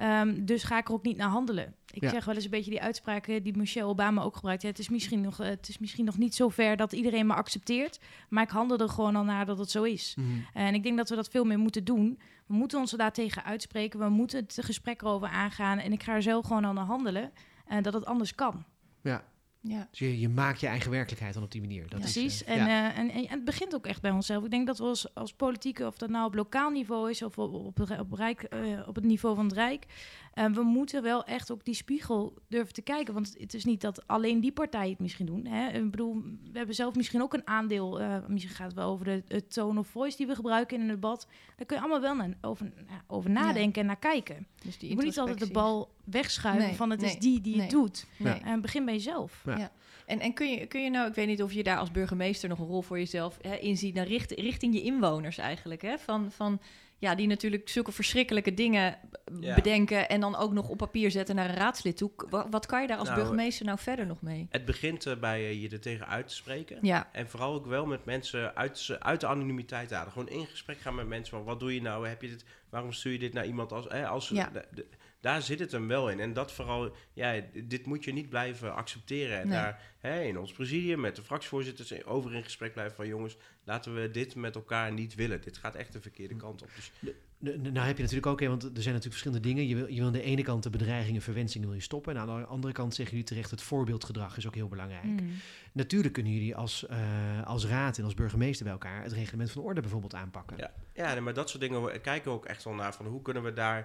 Dus ga ik er ook niet naar handelen. Ik zeg wel eens een beetje die uitspraken die Michelle Obama ook gebruikt. Ja, het is misschien nog niet zo ver dat iedereen me accepteert, maar ik handel er gewoon al naar dat het zo is. Mm-hmm. En ik denk dat we dat veel meer moeten doen. We moeten ons er daartegen uitspreken. We moeten het gesprek erover aangaan. En ik ga er zelf gewoon aan handelen dat het anders kan. Ja. Ja. Dus je maakt je eigen werkelijkheid dan op die manier. Dat precies. En het begint ook echt bij onszelf. Ik denk dat we als politieke, of dat nou op lokaal niveau is of op het niveau van het Rijk, We moeten wel echt ook die spiegel durven te kijken. Want het is niet dat alleen die partijen het misschien doen. Hè? Ik bedoel, we hebben zelf misschien ook een aandeel. Misschien gaat het wel over de tone of voice die we gebruiken in een debat. Daar kun je allemaal wel over nadenken en naar kijken. Dus die je moet niet altijd de bal wegschuiven van het is die het doet. Nee. Begin bij jezelf. Ja. En kun je nou, ik weet niet of je daar als burgemeester nog een rol voor jezelf inziet, naar richting je inwoners eigenlijk. Hè? Van die natuurlijk zulke verschrikkelijke dingen bedenken en dan ook nog op papier zetten naar een raadslid toe. Wat kan je daar als burgemeester nou verder nog mee? Het begint bij je er tegen uit te spreken. Ja. En vooral ook wel met mensen uit de anonimiteit halen. Gewoon in gesprek gaan met mensen van wat doe je nou? Waarom stuur je dit naar iemand als daar zit het hem wel in. En dat vooral, dit moet je niet blijven accepteren. En daar in ons presidium met de fractievoorzitters over in gesprek blijven van jongens, laten we dit met elkaar niet willen. Dit gaat echt de verkeerde kant op. Dus nou heb je natuurlijk ook, want er zijn natuurlijk verschillende dingen. Je wil aan de ene kant de bedreigingen en verwensingen wil je stoppen. En aan de andere kant zeggen jullie terecht, het voorbeeldgedrag is ook heel belangrijk. Natuurlijk kunnen jullie als raad en als burgemeester bij elkaar het reglement van orde bijvoorbeeld aanpakken. Maar dat soort dingen kijken we ook echt wel naar van hoe kunnen we daar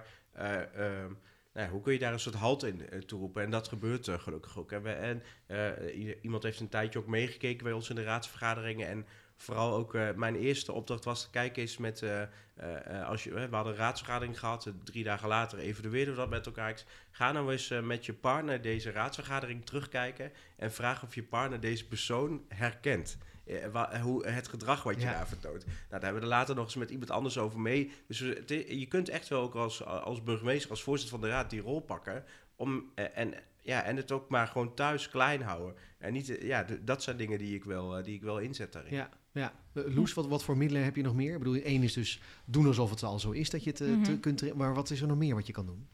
hoe kun je daar een soort halt in toeroepen? En dat gebeurt gelukkig ook. Iemand heeft een tijdje ook meegekeken bij ons in de raadsvergaderingen. En vooral ook mijn eerste opdracht was te kijken is met... we hadden een raadsvergadering gehad. 3 dagen later evalueerden we dat met elkaar. Ga nou eens met je partner deze raadsvergadering terugkijken. En vraag of je partner deze persoon herkent. Het gedrag wat je daar vertoont. Nou, daar hebben we er later nog eens met iemand anders over mee. Dus je kunt echt wel ook als burgemeester, als voorzitter van de raad die rol pakken. En het ook maar gewoon thuis klein houden. En niet, dat zijn dingen die ik wel inzet daarin. Ja. Loes, wat voor middelen heb je nog meer? Ik bedoel, 1 is dus doen alsof het al zo is dat je het kunt... Maar wat is er nog meer wat je kan doen?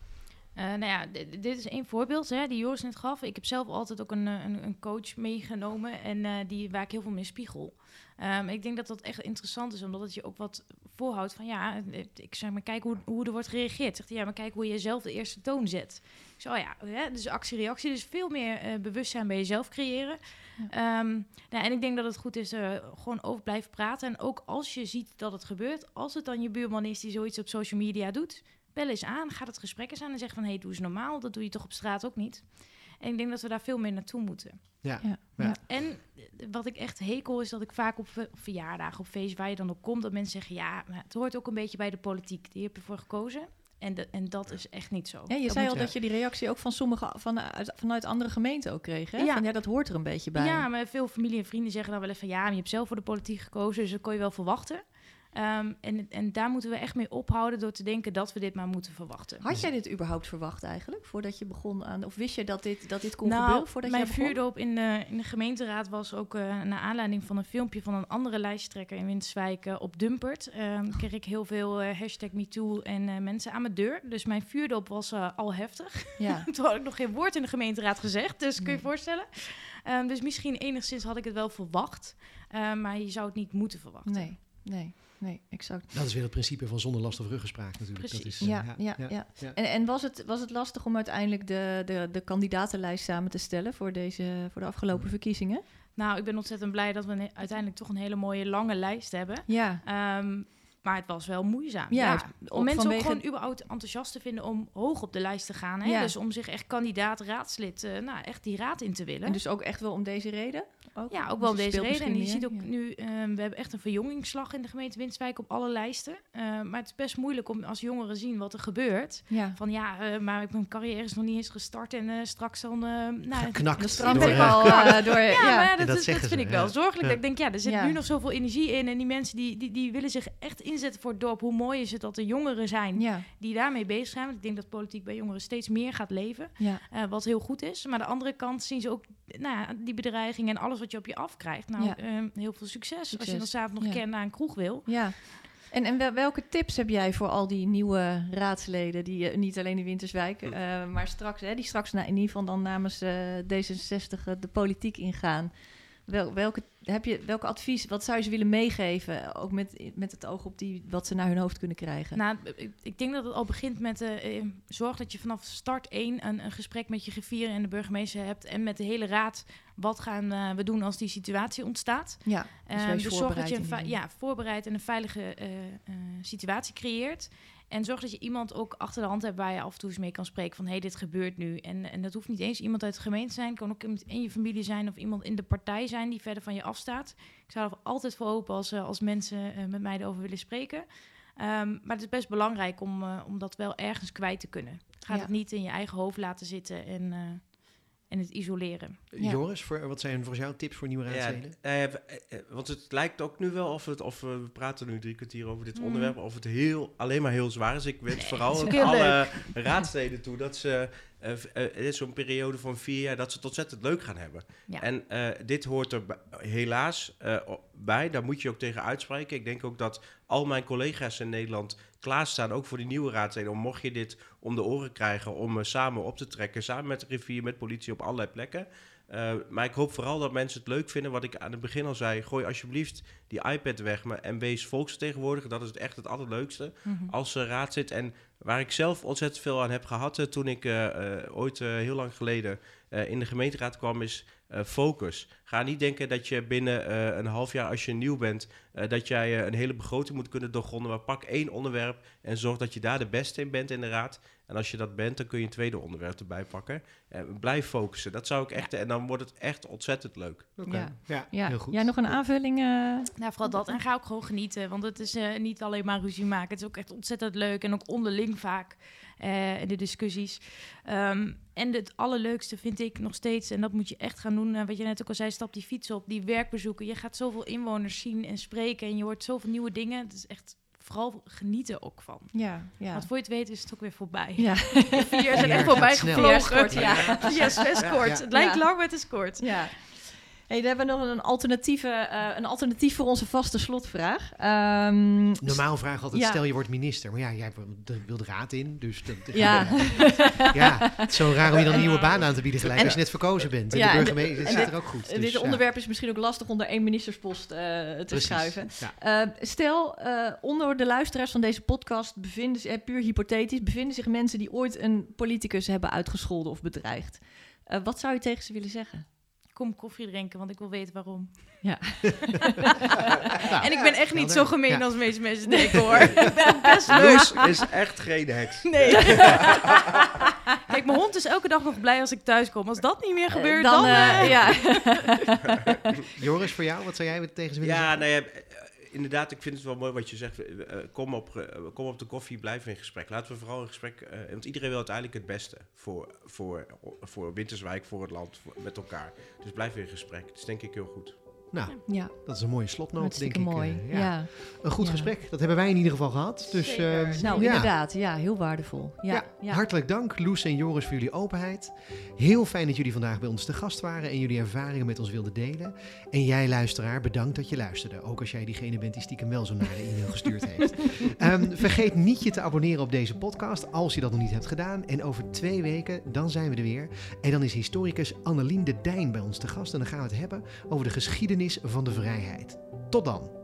Dit is 1 voorbeeld die Joris net gaf. Ik heb zelf altijd ook een coach meegenomen en waar ik heel veel mee spiegel. Ik denk dat dat echt interessant is, omdat het je ook wat voorhoudt van ik zeg maar, kijk hoe er wordt gereageerd. Zegt hij, maar kijk hoe je zelf de eerste toon zet. Ik zei, dus actie-reactie, dus veel meer bewustzijn bij jezelf creëren. Ja. En ik denk dat het goed is gewoon over blijven praten. En ook als je ziet dat het gebeurt, als het dan je buurman is die zoiets op social media doet, bel eens aan, ga het gesprek eens aan en zeg van, doe eens normaal, dat doe je toch op straat ook niet. En ik denk dat we daar veel meer naartoe moeten. Ja. En wat ik echt hekel is dat ik vaak op verjaardagen, op feesten waar je dan ook komt, dat mensen zeggen, maar het hoort ook een beetje bij de politiek. Die heb je voor gekozen. En dat is echt niet zo. Ja, je zei al dat je die reactie ook van sommigen vanuit andere gemeenten ook kreeg. Hè? Ja. Dat hoort er een beetje bij. Ja, maar veel familie en vrienden zeggen dan wel even, maar je hebt zelf voor de politiek gekozen, dus dat kon je wel verwachten. En daar moeten we echt mee ophouden door te denken dat we dit maar moeten verwachten. Had jij dit überhaupt verwacht eigenlijk, voordat je begon aan... Of wist je dat dit kon gebeuren voordat je begon? Mijn vuurdoop in de gemeenteraad was ook naar aanleiding van een filmpje van een andere lijsttrekker in Winterswijk op Dumpert. Kreeg ik heel veel #MeToo en mensen aan mijn deur. Dus mijn vuurdoop was al heftig. Ja. Toen had ik nog geen woord in de gemeenteraad gezegd, dus kun je je voorstellen. Dus misschien enigszins had ik het wel verwacht, maar je zou het niet moeten verwachten. Nee, exact. Dat is weer het principe van zonder last of ruggespraak natuurlijk. Precies. Dat is, ja. En was het lastig om uiteindelijk de kandidatenlijst samen te stellen voor de afgelopen verkiezingen? Nou, ik ben ontzettend blij dat we uiteindelijk toch een hele mooie lange lijst hebben. Ja. Maar het was wel moeizaam. Om mensen ook gewoon überhaupt enthousiast te vinden om hoog op de lijst te gaan. Hè? Ja. Dus om zich echt kandidaat raadslid, echt die raad in te willen. En dus ook echt wel om deze reden? Ook wel om deze reden. En je ziet ook nu, we hebben echt een verjongingsslag in de gemeente Winterswijk op alle lijsten. Maar het is best moeilijk om als jongeren zien wat er gebeurt. Ja. Van maar mijn carrière is nog niet eens gestart en straks dan... geknakt. Dan ben ik al door... maar dat vind ik wel zorgelijk. Dat ik denk, er zit nu nog zoveel energie in. En die mensen die willen zich echt inzetten voor het dorp. Hoe mooi is het dat er jongeren zijn die daarmee bezig zijn. Want ik denk dat politiek bij jongeren steeds meer gaat leven. Ja. Wat heel goed is. Maar aan de andere kant zien ze ook die bedreiging en alles wat je op je afkrijgt. Heel veel succes. Als je dan s'avonds nog een keer naar een kroeg wil. Ja. En welke tips heb jij voor al die nieuwe raadsleden, die niet alleen in Winterswijk, maar die straks in ieder geval dan namens D66 de politiek ingaan? Welke advies, wat zou je ze willen meegeven, ook met het oog op wat ze naar hun hoofd kunnen krijgen? Nou, ik denk dat het al begint met zorg dat je vanaf start 1 een gesprek met je griffier en de burgemeester hebt en met de hele raad. Wat gaan we doen als die situatie ontstaat? Ja, dus zorg dat je voorbereid en een veilige situatie creëert. En zorg dat je iemand ook achter de hand hebt waar je af en toe eens mee kan spreken van dit gebeurt nu. En dat hoeft niet eens iemand uit de gemeente te zijn. Het kan ook iemand in je familie zijn of iemand in de partij zijn die verder van je afstaat. Ik zou er altijd voor open als mensen met mij erover willen spreken. Maar het is best belangrijk om dat wel ergens kwijt te kunnen. Gaat het niet in je eigen hoofd laten zitten en het isoleren. Joris, wat zijn volgens jou tips voor nieuwe raadsleden? Want het lijkt ook nu wel of we praten nu 3 kwartier over dit onderwerp, of het alleen maar heel zwaar is. Ik wens vooral alle raadsleden toe dat ze zo'n periode van 4 jaar, dat ze het ontzettend leuk gaan hebben. Ja. En dit hoort er helaas bij, daar moet je ook tegen uitspreken. Ik denk ook dat al mijn collega's in Nederland klaarstaan, ook voor die nieuwe raadsleden, om mocht je dit om de oren krijgen, om samen op te trekken, samen met de rivier, met politie op allerlei plekken. Maar ik hoop vooral dat mensen het leuk vinden, wat ik aan het begin al zei, gooi alsjeblieft die iPad weg en wees volksvertegenwoordiger. Dat is echt het allerleukste als raad zit. En waar ik zelf ontzettend veel aan heb gehad toen ik ooit heel lang geleden in de gemeenteraad kwam, is focus. Ga niet denken dat je binnen een half jaar, als je nieuw bent, dat jij een hele begroting moet kunnen doorgronden. Maar pak 1 onderwerp en zorg dat je daar de beste in bent in de raad. En als je dat bent, dan kun je een tweede onderwerp erbij pakken. Blijf focussen. Dat zou ik echt... En dan wordt het echt ontzettend leuk. Ja, heel goed. Jij nog een aanvulling? Vooral dat. En ga ook gewoon genieten. Want het is niet alleen maar ruzie maken. Het is ook echt ontzettend leuk. En ook onderling vaak in de discussies. En het allerleukste vind ik nog steeds, en dat moet je echt gaan doen, wat je net ook al zei, stap die fiets op, die werkbezoeken. Je gaat zoveel inwoners zien en spreken en je hoort zoveel nieuwe dingen. Het is echt... Vooral genieten ook van. Ja. Want voor je het weet is het ook weer voorbij. Ja. 4 jaar zijn echt voorbij gevlogen. Ja, best kort. Het lijkt lang, maar het is kort. Ja. Hey, dan hebben we nog een alternatief voor onze vaste slotvraag. Normaal vraag altijd, stel je wordt minister. Maar jij wil de raad in, dus... het is zo raar om je dan een nieuwe baan aan te bieden gelijk als je net verkozen bent. En de burgemeester zit er ook goed. Dus, dit onderwerp is misschien ook lastig onder 1 ministerspost te schuiven. Ja. Stel, onder de luisteraars van deze podcast puur hypothetisch, bevinden zich mensen die ooit een politicus hebben uitgescholden of bedreigd. Wat zou je tegen ze willen zeggen? Kom koffie drinken, want ik wil weten waarom. Ja. En ik ben echt niet zo gemeen als de meeste mensen denken, hoor. Ik ben best leuk. Loes is echt geen heks. Nee. Kijk, mijn hond is elke dag nog blij als ik thuis kom. Als dat niet meer gebeurt, dan... Joris, voor jou, wat zou jij tegen ze willen zeggen? Inderdaad, ik vind het wel mooi wat je zegt. Kom op de koffie, blijf in gesprek. Laten we vooral in gesprek... want iedereen wil uiteindelijk het beste voor Winterswijk, voor het land, met elkaar. Dus blijf in gesprek. Dat is denk ik heel goed. Nou, dat is een mooie slotnoot, denk ik. Mooi. Ja. Een goed gesprek. Dat hebben wij in ieder geval gehad. Dus, inderdaad. Ja, heel waardevol. Ja. Hartelijk dank, Loes en Joris, voor jullie openheid. Heel fijn dat jullie vandaag bij ons te gast waren en jullie ervaringen met ons wilden delen. En jij, luisteraar, bedankt dat je luisterde. Ook als jij diegene bent die stiekem wel zo'n nare e-mail gestuurd heeft. Vergeet niet je te abonneren op deze podcast, als je dat nog niet hebt gedaan. En over 2 weken, dan zijn we er weer. En dan is historicus Annelien de Dijn bij ons te gast. En dan gaan we het hebben over de geschiedenis van de vrijheid. Tot dan.